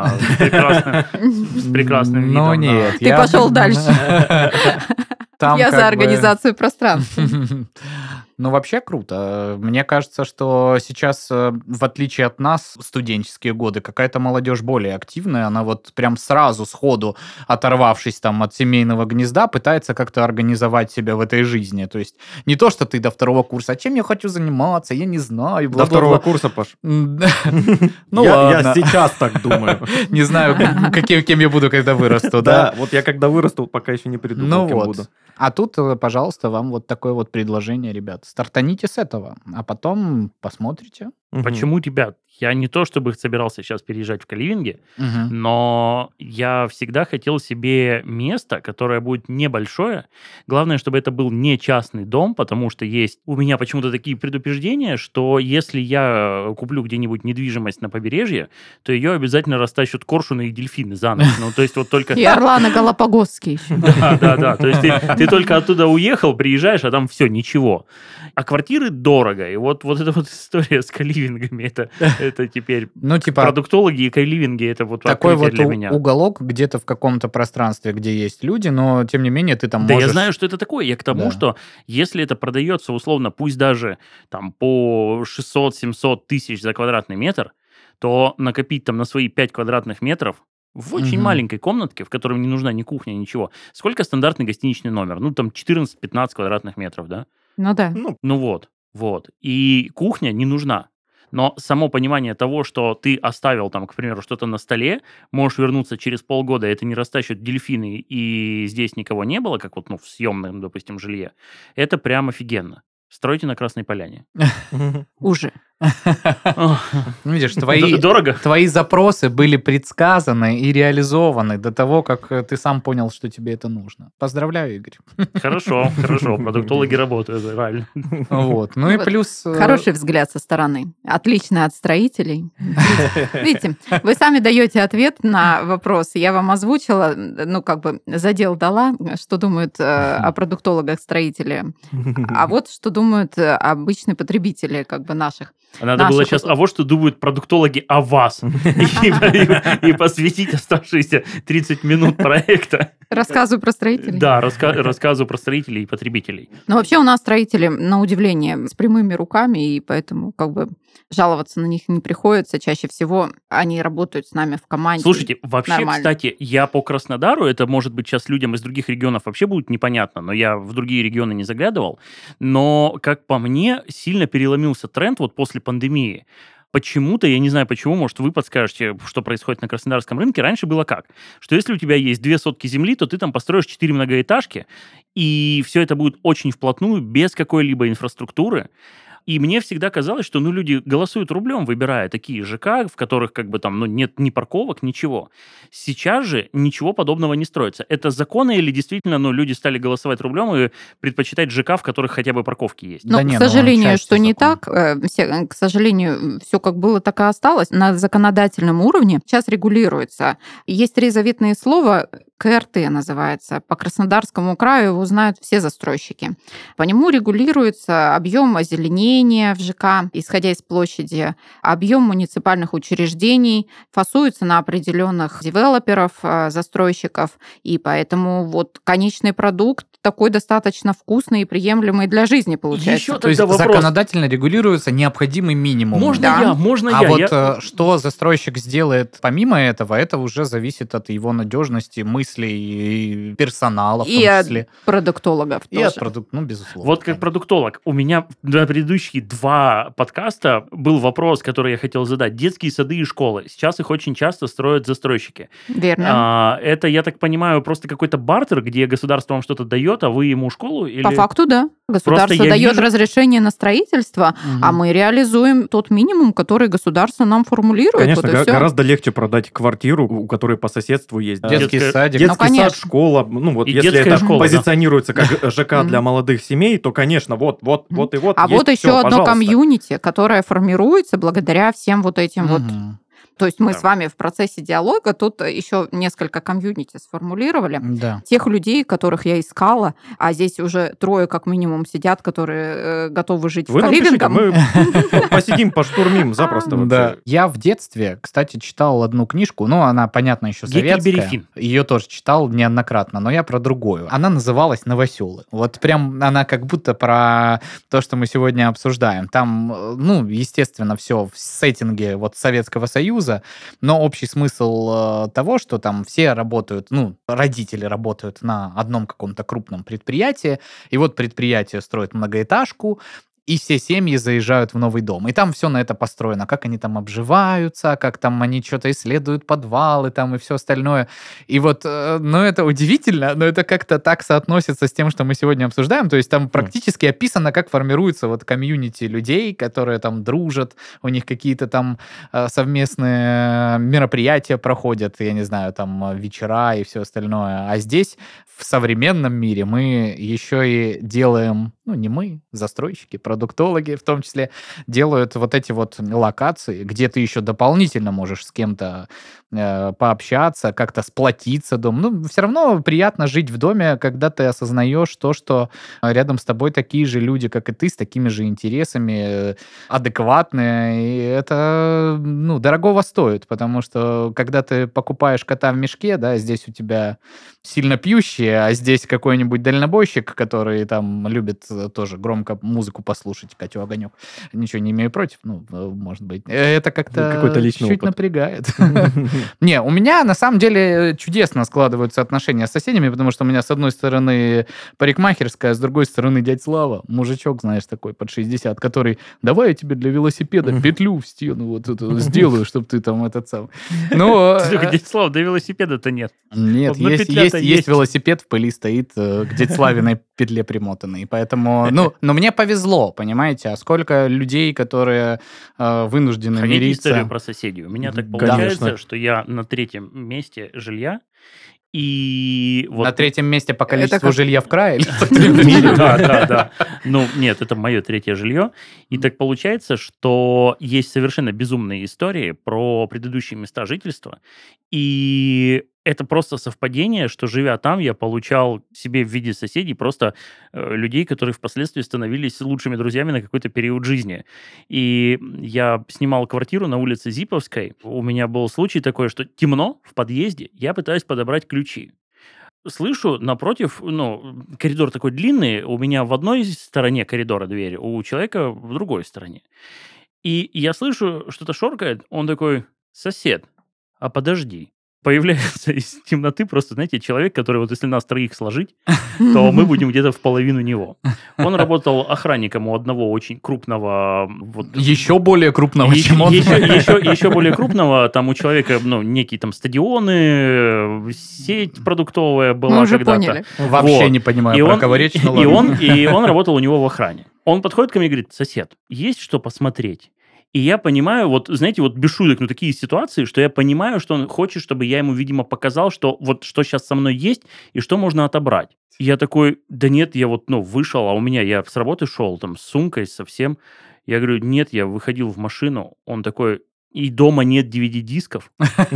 с прекрасным видом. Ну на- нет. Ты пошел дальше. Там Я как за бы- организацию пространства. Ну, вообще круто. Мне кажется, что сейчас, в отличие от нас, студенческие годы, какая-то молодежь более активная, она вот прям сразу, сходу, оторвавшись там от семейного гнезда, пытается как-то организовать себя в этой жизни. То есть не то, что ты до второго курса, а чем я хочу заниматься, я не знаю. До второго курса, Паш. Ну Я ладно. сейчас так думаю. Не знаю, кем я буду, когда вырасту, Да, да? вот я когда вырасту, пока еще не Ну придумал, кем буду. вот. А тут, пожалуйста, вам вот такое вот предложение, ребят. Стартаните с этого, а потом посмотрите. Почему, ребят? Я не то, чтобы собирался сейчас переезжать в Каливинги, Мгм. но я всегда хотел себе место, которое будет небольшое. Главное, чтобы это был не частный дом, потому что есть у меня почему-то такие предупреждения, что если я куплю где-нибудь недвижимость на побережье, то ее обязательно растащут коршуны и дельфины за ночь. Ну, то есть вот только... И орланы Галапагосские еще. Да. То есть ты только оттуда уехал, приезжаешь, а там все, ничего. А квартиры дорого. И вот эта вот история с каливингами, это теперь Ну, типа, продуктологи и каливинги, это вот такой открытие вот для меня. уголок где-то в каком-то пространстве, где есть люди, но, тем не менее, ты там Да, можешь... я знаю, что это такое. Я к тому, Да. что если это продается условно, пусть даже там по 600-700 тысяч за квадратный метр, то накопить там на свои 5 квадратных метров в очень Мгм. маленькой комнатке, в которой не нужна ни кухня, ничего. Сколько стандартный гостиничный номер? Ну, там 14-15 квадратных метров, да? Ну да. Ну вот. И кухня не нужна. Но само понимание того, что ты оставил там, к примеру, что-то на столе, можешь вернуться через полгода, это не растащат дельфины, и здесь никого не было, как вот в съемном, допустим, жилье, это прям офигенно. Стройте на Красной Поляне. Уже. Ну, видишь, твои Дорого? запросы были предсказаны и реализованы до того, как ты сам понял, что тебе это нужно. Поздравляю, Игорь. Хорошо. Продуктологи работают, правильно. Вот. Ну и Вот. плюс... Хороший взгляд со стороны. Отлично от строителей. Видите, вы сами даете ответ на вопрос. Я вам озвучила, ну, как бы задел дала, что думают о продуктологах строители. А вот что думают обычные потребители, как бы наших. Надо было сейчас, а вот что думают продуктологи о вас. И посвятить оставшиеся 30 минут проекта. Рассказываю про строителей. Да, рассказу про строителей и потребителей. Но вообще у нас строители, на удивление, с прямыми руками, и поэтому как бы жаловаться на них не приходится. Чаще всего они работают с нами в команде. Слушайте, вообще, Нормально. кстати, я по Краснодару, это, может быть, сейчас людям из других регионов вообще будет непонятно, но я в другие регионы не заглядывал. Но, как по мне, сильно переломился тренд вот после пандемии. Почему-то, я не знаю почему, может, вы подскажете, что происходит на краснодарском рынке. Раньше было как? Что если у тебя есть 2 сотки земли, то ты там построишь 4 многоэтажки, и все это будет очень вплотную, без какой-либо инфраструктуры. И мне всегда казалось, что люди голосуют рублем, выбирая такие ЖК, в которых как бы там нет ни парковок, ничего. Сейчас же ничего подобного не строится. Это законы или действительно люди стали голосовать рублем и предпочитать ЖК, в которых хотя бы парковки есть? Ну, Да не, к ну, сожалению, отчасти что не закон. так. К сожалению, все как было, так и осталось. На законодательном уровне сейчас регулируется. Есть 3 заветные слова, КРТ называется. По Краснодарскому краю его знают все застройщики. По нему регулируется объем озеленения в ЖК, исходя из площади, объем муниципальных учреждений, фасуется на определенных девелоперов, застройщиков, и поэтому вот конечный продукт такой достаточно вкусный и приемлемый для жизни получается. Еще То есть тогда вопрос. законодательно регулируется необходимый минимум. Можно А я? вот что застройщик сделает помимо этого, это уже зависит от его надежности, мыслей, и персонала в И том от числе. продуктологов И тоже. от продукта, безусловно. Вот как продуктолог, у меня на предыдущие 2 подкаста был вопрос, который я хотел задать. Детские сады и школы. Сейчас их очень часто строят застройщики. Верно. Это, я так понимаю, просто какой-то бартер, где государство вам что-то дает, а вы ему школу? Или... По факту, да. Государство я дает вижу- разрешение на строительство, а мы реализуем тот минимум, который государство нам формулирует. Конечно, вот и всё. гораздо легче продать квартиру, у которой по соседству есть Детский Детская- садик. детский конечно. сад, школа. Ну вот И если детская это школа, да. позиционируется как ЖК для молодых семей, то, конечно, вот и вот. А есть вот еще всё, одно пожалуйста. комьюнити, которое формируется благодаря всем вот этим вот Мгм. То есть мы Да. с вами в процессе диалога тут еще несколько комьюнити сформулировали. Да. Тех людей, которых я искала, а здесь уже 3 как минимум сидят, которые готовы жить Вы в нам пишите, коливингом. мы посидим, поштурмим запросто Да. вообще. Я в детстве, кстати, читал одну книжку, ну, она, понятно, еще Геккельбери советская. Финн. Ее тоже читал неоднократно, но я про другую. Она называлась «Новоселы». Вот прям она как будто про то, что мы сегодня обсуждаем. Там, ну, естественно, все в сеттинге вот Советского Союза, но общий смысл того, что там все работают, ну, родители работают на одном каком-то крупном предприятии, и вот предприятие строит многоэтажку, и все семьи заезжают в новый дом. И там все на это построено. Как они там обживаются, как там они что-то исследуют, подвалы там и все остальное. И вот, ну, это удивительно, но это как-то так соотносится с тем, что мы сегодня обсуждаем. То есть там практически описано, как формируется вот комьюнити людей, которые там дружат, у них какие-то там совместные мероприятия проходят, я не знаю, там вечера и все остальное. А здесь, в современном мире, мы еще и делаем, ну, не мы, застройщики, продуктологи в том числе, делают вот эти вот локации, где ты еще дополнительно можешь с кем-то пообщаться, как-то сплотиться дома. Ну, все равно приятно жить в доме, когда ты осознаешь то, что рядом с тобой такие же люди, как и ты, с такими же интересами, адекватные. И это, ну, дорогого стоит, потому что когда ты покупаешь кота в мешке, да, здесь у тебя сильно пьющие, а здесь какой-нибудь дальнобойщик, который там любит тоже громко музыку послушать, Катю Огонек. Ничего не имею против, ну, может быть. Это как-то Какой-то личный чуть опыт. напрягает. Не, у меня на самом деле чудесно складываются отношения с соседями, потому что у меня с одной стороны парикмахерская, с другой стороны дядь Слава, мужичок, знаешь, такой под 60, который, давай я тебе для велосипеда петлю в стену вот эту сделаю, чтобы ты там этот сам. Ну, Дядь Слава, до велосипеда-то нет. нет, Вот, ну, петля-то есть есть. велосипед в пыли стоит к дяде Славиной петле примотанный. Поэтому, ну, но мне повезло, понимаете? А сколько людей, которые вынуждены Хотите мириться... историю про соседей? У меня так Конечно. получается, что я на 3-м месте жилья, и вот... На 3-м месте по Это количеству как- жилья в крае? В мире, да. Ну, нет, это мое 3-е жилье. И так получается, что есть совершенно безумные истории про предыдущие места жительства. И это просто совпадение, что, живя там, я получал себе в виде соседей просто людей, которые впоследствии становились лучшими друзьями на какой-то период жизни. И я снимал квартиру на улице Зиповской. У меня был случай такой, что темно в подъезде, я пытаюсь подобрать ключи. Слышу напротив, ну, коридор такой длинный, у меня в одной стороне коридора дверь, у человека в другой стороне. И я слышу, что-то шоркает, он такой: сосед, а подожди. Появляется из темноты просто, знаете, человек, который вот если нас 3 сложить, то мы будем где-то в половину него. Он работал охранником у одного очень крупного... Вот, Еще более крупного, еще, чем он. еще более крупного, там у человека, ну, некие там стадионы, сеть продуктовая была Мы уже когда-то. поняли. Вообще Вот. не понимаю, И про он, кого речь, но и, ладно. он работал у него в охране. Он подходит ко мне и говорит: сосед, есть что посмотреть? И я понимаю, вот, знаете, вот без шуток, ну, такие ситуации, что я понимаю, что он хочет, чтобы я ему, видимо, показал, что вот что сейчас со мной есть и что можно отобрать. И я такой: да нет, я вот, ну, вышел, а у меня, я с работы шел, там, с сумкой, совсем. Я говорю: нет, я выходил в машину. Он такой: и дома нет DVD-дисков.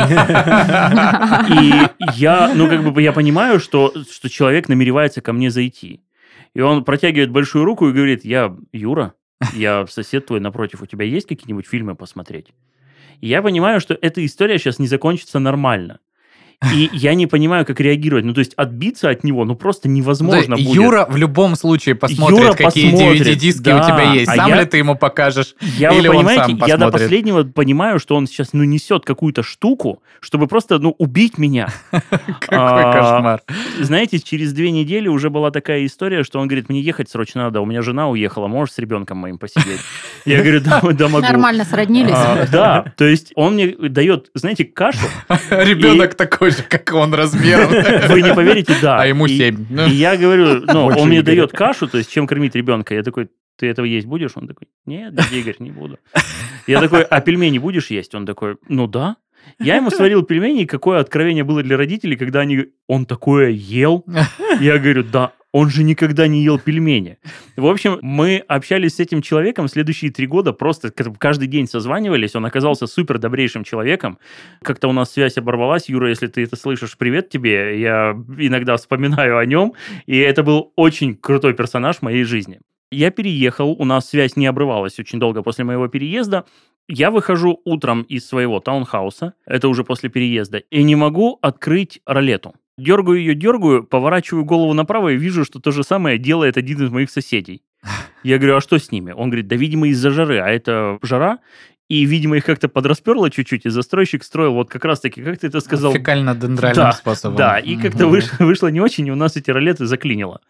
И я, ну, как бы, я понимаю, что человек намеревается ко мне зайти. И он протягивает большую руку и говорит: Юра, я сосед твой напротив, у тебя есть какие-нибудь фильмы посмотреть? И я понимаю, что эта история сейчас не закончится нормально. И я не понимаю, как реагировать. Ну, то есть отбиться от него, ну, просто невозможно Да, будет. Юра в любом случае посмотрит, Юра какие посмотрит, DVD-диски да. у тебя есть. А Сам я- ли ты ему покажешь? Я, Или вы он понимаете, сам я до посмотрит? последнего понимаю, что он сейчас, ну, несет какую-то штуку, чтобы просто, ну, убить меня. Какой кошмар. Знаете, через 2 недели уже была такая история, что он говорит: мне ехать срочно надо, у меня жена уехала, можешь с ребенком моим посидеть? Я говорю: да, могу. Нормально сроднились. Да, то есть он мне дает, знаете, кашу. Ребенок такой же, как он размером. Вы не поверите, да. А ему И- 7. И я говорю, ну, Больше он мне Игоря. дает кашу, то есть чем кормить ребенка. Я такой: ты этого есть будешь? Он такой: нет, дядя Игорь, не буду. Я такой: а пельмени будешь есть? Он такой: ну да. Я ему сварил пельмени, и какое откровение было для родителей, когда он такое ел. Я говорю: да, Он же никогда не ел пельмени. В общем, мы общались с этим человеком следующие 3 года, просто каждый день созванивались, он оказался супер добрейшим человеком. Как-то у нас связь оборвалась. Юра, если ты это слышишь, привет тебе. Я иногда вспоминаю о нем, и это был очень крутой персонаж в моей жизни. Я переехал, у нас связь не обрывалась очень долго после моего переезда. Я выхожу утром из своего таунхауса, это уже после переезда, и не могу открыть ролету. Дергаю, поворачиваю голову направо и вижу, что то же самое делает один из моих соседей. Я говорю, а что с ними? Он говорит, да, видимо, из-за жары, а это жара. И, видимо, их как-то подрасперло чуть-чуть, и застройщик строил вот как раз-таки, как ты это сказал? Фекально-дендральным способом. Да, и как-то вышло не очень, и у нас эти ролеты заклинило.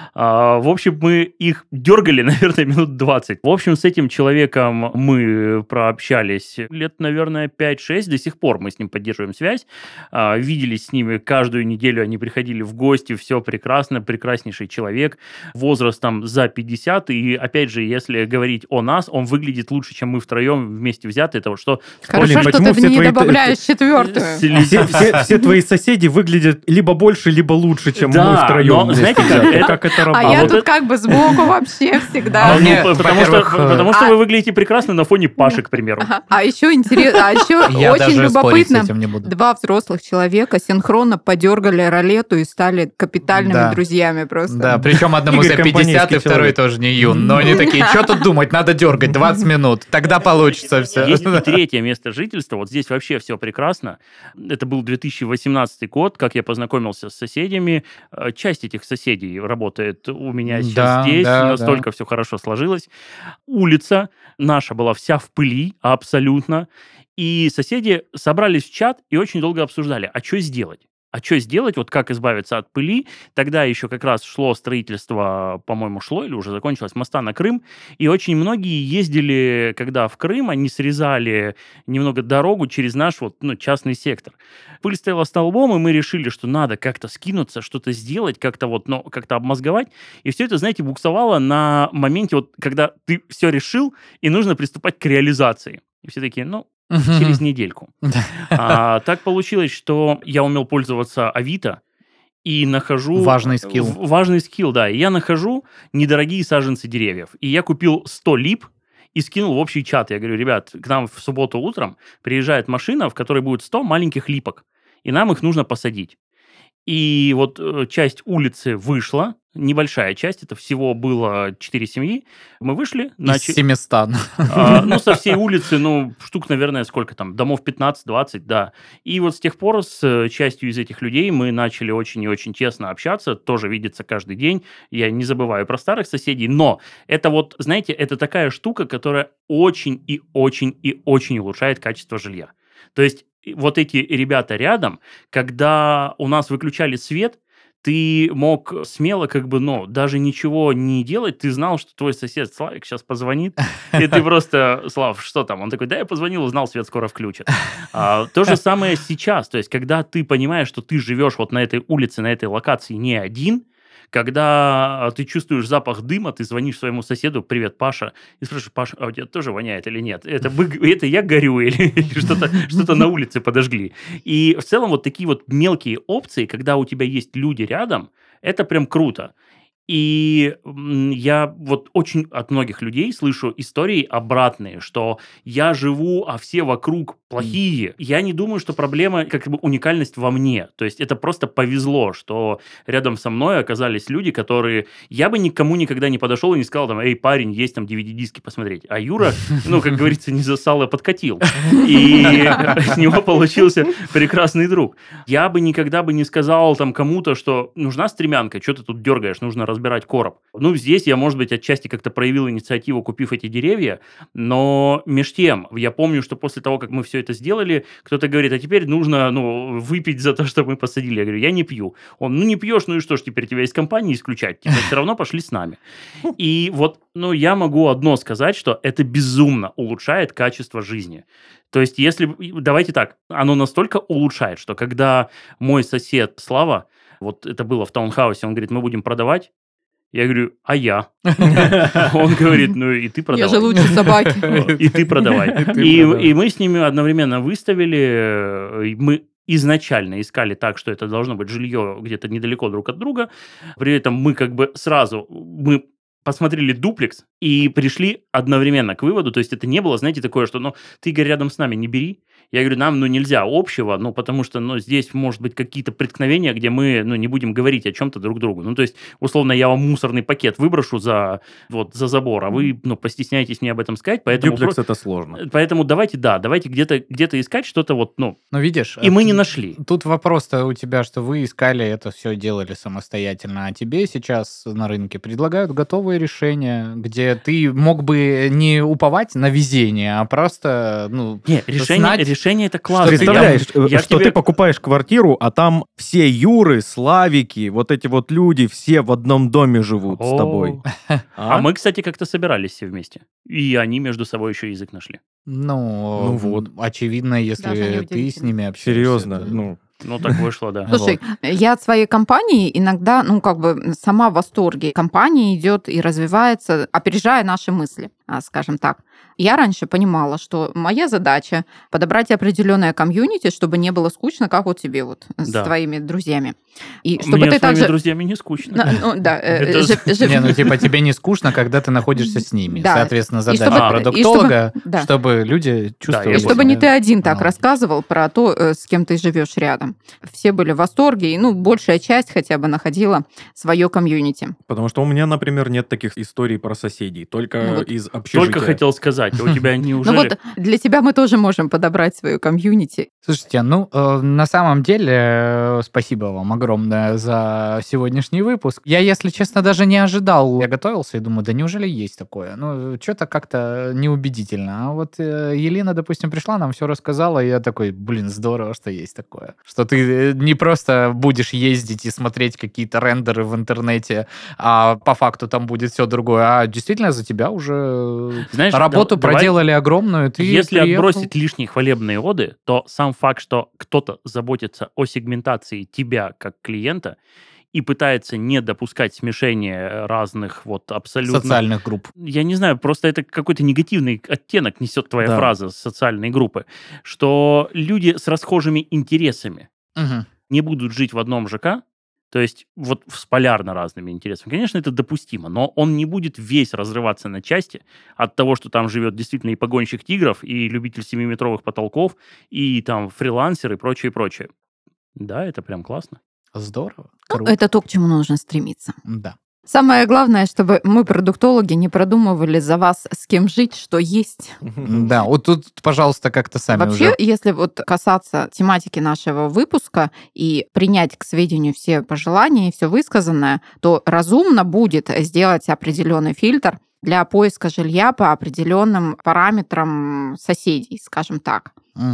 В общем, мы их дергали, наверное, минут 20. В общем, с этим человеком мы прообщались лет, наверное, 5-6. До сих пор мы с ним поддерживаем связь. Виделись с ними каждую неделю, они приходили в гости, все прекрасно, прекраснейший человек. Возрастом за 50, и, опять же, если говорить о нас, он выглядит лучше, чем мы втроем вместе взятые, того, что... Хорошо, что ты не добавляешь четвертую. Все твои соседи выглядят либо больше, либо лучше, чем мы Да, втроем. но знаете, как это А работает? я тут как бы сбоку вообще всегда. Потому что вы выглядите прекрасно на фоне Паши, к примеру. А еще интересно, Я очень даже спорить с любопытно, этим не буду. 2 взрослых человека синхронно подергали ролету и стали капитальными Да. друзьями просто. Да, причем одному Игорь за 50, и компанейский второй человек. тоже не юн. Но они такие, что тут думать, надо дергать 20 минут, тогда получится все. Есть и третье место жительства. Вот здесь вообще все прекрасно. Это был 2018 год, как я познакомился с соседями. Часть этих соседей работает у меня сейчас Да, здесь. да, Настолько все хорошо сложилось. Улица наша была вся в пыли, абсолютно. И соседи собрались в чат и очень долго обсуждали, а что сделать? А что сделать, вот как избавиться от пыли? Тогда еще как раз шло строительство, по-моему, шло или уже закончилось, моста на Крым. И очень многие ездили, когда в Крым, они срезали немного дорогу через наш частный сектор. Пыль стояла столбом, и мы решили, что надо как-то скинуться, что-то сделать, как-то как-то обмозговать. И все это, знаете, буксовало на моменте, когда ты все решил, и нужно приступать к реализации. И все такие, через недельку. Так получилось, что я умел пользоваться Авито и нахожу... Важный скилл. Важный скилл, да. И я нахожу недорогие саженцы деревьев. И я купил 100 лип и скинул в общий чат. Я говорю, ребят, к нам в субботу утром приезжает машина, в которой будет 100 маленьких липок. И нам их нужно посадить. И вот часть улицы вышла, небольшая часть, это всего было 4 семьи. Мы вышли. Из 700. Со всей улицы, штук, наверное, сколько там, домов 15-20, да. И вот с тех пор с частью из этих людей мы начали очень и очень тесно общаться, тоже видеться каждый день. Я не забываю про старых соседей, но это знаете, это такая штука, которая очень и очень и очень улучшает качество жилья. То есть вот эти ребята рядом, когда у нас выключали свет, ты мог смело даже ничего не делать, ты знал, что твой сосед Славик сейчас позвонит, и ты просто, Слав, что там? Он такой, да, я позвонил, узнал, свет скоро включат. То же самое сейчас, то есть когда ты понимаешь, что ты живешь вот на этой улице, на этой локации не один, когда ты чувствуешь запах дыма, ты звонишь своему соседу, привет, Паша, и спрашиваешь, Паша, а у тебя тоже воняет или нет? Это я горю или что-то на улице подожгли? И в целом вот такие вот мелкие опции, когда у тебя есть люди рядом, это прям круто. И я очень от многих людей слышу истории обратные, что я живу, а все вокруг плохие. Я не думаю, что проблема, уникальность во мне. То есть это просто повезло, что рядом со мной оказались люди, которые... Я бы никому никогда не подошел и не сказал, эй, парень, есть там DVD-диски посмотреть. А Юра, как говорится, не засал, а подкатил. И с него получился прекрасный друг. Я бы никогда не сказал кому-то, что нужна стремянка, что ты тут дергаешь, нужно разбирать короб. Здесь я, может быть, отчасти как-то проявил инициативу, купив эти деревья, но меж тем, я помню, что после того, как мы все это сделали, кто-то говорит, а теперь нужно, выпить за то, что мы посадили. Я говорю, я не пью. Он, не пьешь, и что ж, теперь тебя из компании исключать? Все равно пошли с нами. И я могу одно сказать, что это безумно улучшает качество жизни. То есть, давайте так, оно настолько улучшает, что когда мой сосед Слава, это было в таунхаусе, он говорит, мы будем продавать. Я говорю, а я? Он говорит, и ты продавай. Я же лучше собаки. И ты продавай. И мы с ними одновременно выставили, мы изначально искали так, что это должно быть жилье где-то недалеко друг от друга. При этом мы как бы сразу посмотрели дуплекс и пришли одновременно к выводу. То есть это не было, знаете, такое, что ты, Игорь, рядом с нами не бери. Я говорю, нам нельзя общего, потому что здесь может быть какие-то преткновения, где мы не будем говорить о чем-то друг другу. То есть, условно, я вам мусорный пакет выброшу за забор, а вы постесняетесь мне об этом сказать. Поэтому Дюплекс это сложно. Поэтому давайте где-то искать что-то видишь, и мы не нашли. Тут вопрос-то у тебя, что вы искали это все, делали самостоятельно, а тебе сейчас на рынке предлагают готовые решения, где ты мог бы не уповать на везение, а просто, решение это классно. Представляешь, что ты покупаешь квартиру, а там все Юры, Славики, вот эти вот люди, все в одном доме живут с тобой. А мы, кстати, как-то собирались все вместе. И они между собой еще язык нашли. Вот. Очевидно, если ты с ними общаешься. Серьезно, так вышло, да. Слушай, я от своей компании иногда, сама в восторге. Компания идет и развивается, опережая наши мысли, скажем так. Я раньше понимала, что моя задача подобрать определенное комьюнити, чтобы не было скучно, как вот тебе с твоими друзьями. И чтобы мне ты с твоими также... друзьями не скучно. Тебе не скучно, когда ты находишься с ними. Соответственно, задача продуктолога, чтобы люди чувствовали. И чтобы не ты один так рассказывал про то, с кем ты живешь рядом. Все были в восторге, и большая часть хотя бы находила свое комьюнити. Потому что у меня, например, нет таких историй про соседей, только из общежития. Только хотел сказать, у тебя неужели... Для тебя мы тоже можем подобрать свою комьюнити. Слушайте, на самом деле, спасибо вам огромное за сегодняшний выпуск. Я, если честно, даже не ожидал. Я готовился и думаю, да неужели есть такое? Что-то как-то неубедительно. А вот Елена, допустим, пришла, нам все рассказала, и я такой, здорово, что есть такое. Что ты не просто будешь ездить и смотреть какие-то рендеры в интернете, а по факту там будет все другое, а действительно за тебя уже работу проделали огромную. Если отбросить лишние хвалебные оды, то сам факт, что кто-то заботится о сегментации тебя как клиента и пытается не допускать смешения разных абсолютно... социальных групп. Я не знаю, просто это какой-то негативный оттенок несет твоя фраза социальной группы, что люди с расхожими интересами не будут жить в одном ЖК, то есть с полярно разными интересами. Конечно, это допустимо, но он не будет весь разрываться на части от того, что там живет действительно и погонщик тигров, и любитель 7-метровых потолков, и там фрилансер и прочее, прочее. Да, это прям классно. Здорово. Круто. Это то, к чему нужно стремиться. Да. Самое главное, чтобы мы, продуктологи, не продумывали за вас, с кем жить, что есть. Да, вот тут, пожалуйста, как-то сами Вообще, если касаться тематики нашего выпуска и принять к сведению все пожелания и все высказанное, то разумно будет сделать определенный фильтр для поиска жилья по определенным параметрам соседей, скажем так.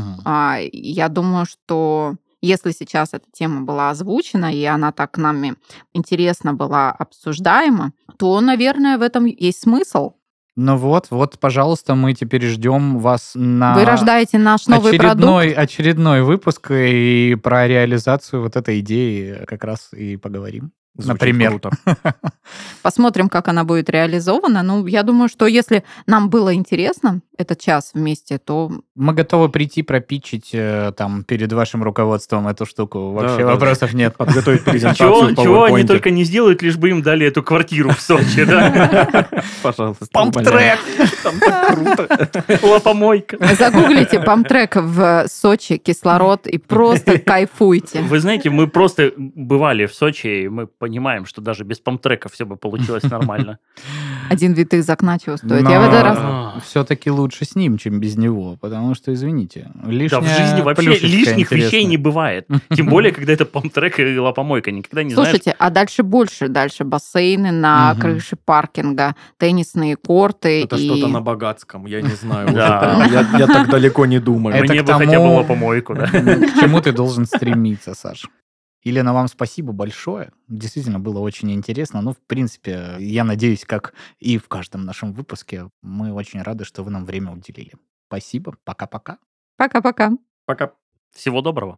Я думаю, что... Если сейчас эта тема была озвучена, и она так нами интересно была обсуждаема, то, наверное, в этом есть смысл. Пожалуйста, мы теперь ждем вас на... Вы рождаете наш новый продукт. Очередной выпуск, и про реализацию этой идеи как раз и поговорим. Звучит например. Круто. Посмотрим, как она будет реализована. Я думаю, что если нам было интересно этот час вместе, то... Мы готовы прийти пропитчить там перед вашим руководством эту штуку. Вообще вопросов нет. Подготовить презентацию в Чего они PowerPoint. только не сделают, лишь бы им дали эту квартиру в Сочи, да? Пожалуйста. Памп-трек! Там так круто. Лапомойка. Загуглите памп-трек в Сочи, кислород, и просто кайфуйте. Вы знаете, мы просто бывали в Сочи, и мы понимаем, что даже без памп-трека все бы получилось нормально. Один вид из окна чего стоит. Я в этот раз... Все-таки лучше с ним, чем без него, потому что, извините, лишняя Да, в жизни вообще плюшечка лишних вещей интересная. не бывает. Тем более, когда это памп-трек и лапомойка. Никогда не знаешь. Слушайте, а дальше больше. Дальше бассейны на крыше паркинга, теннисные корты. Это что-то на Богатском, я не знаю. Да. Я так далеко не думаю. Это Мне к бы хотя бы тому- лапомойку, да. К чему ты должен стремиться, Саша? Елена, вам спасибо большое. Действительно было очень интересно. В принципе, я надеюсь, как и в каждом нашем выпуске, мы очень рады, что вы нам время уделили. Спасибо. Пока-пока. Пока-пока. Пока. Всего доброго.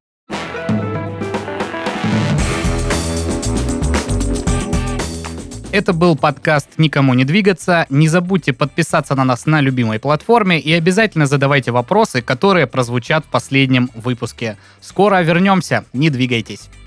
Это был подкаст «Никому не двигаться». Не забудьте подписаться на нас на любимой платформе и обязательно задавайте вопросы, которые прозвучат в последнем выпуске. Скоро вернемся, не двигайтесь.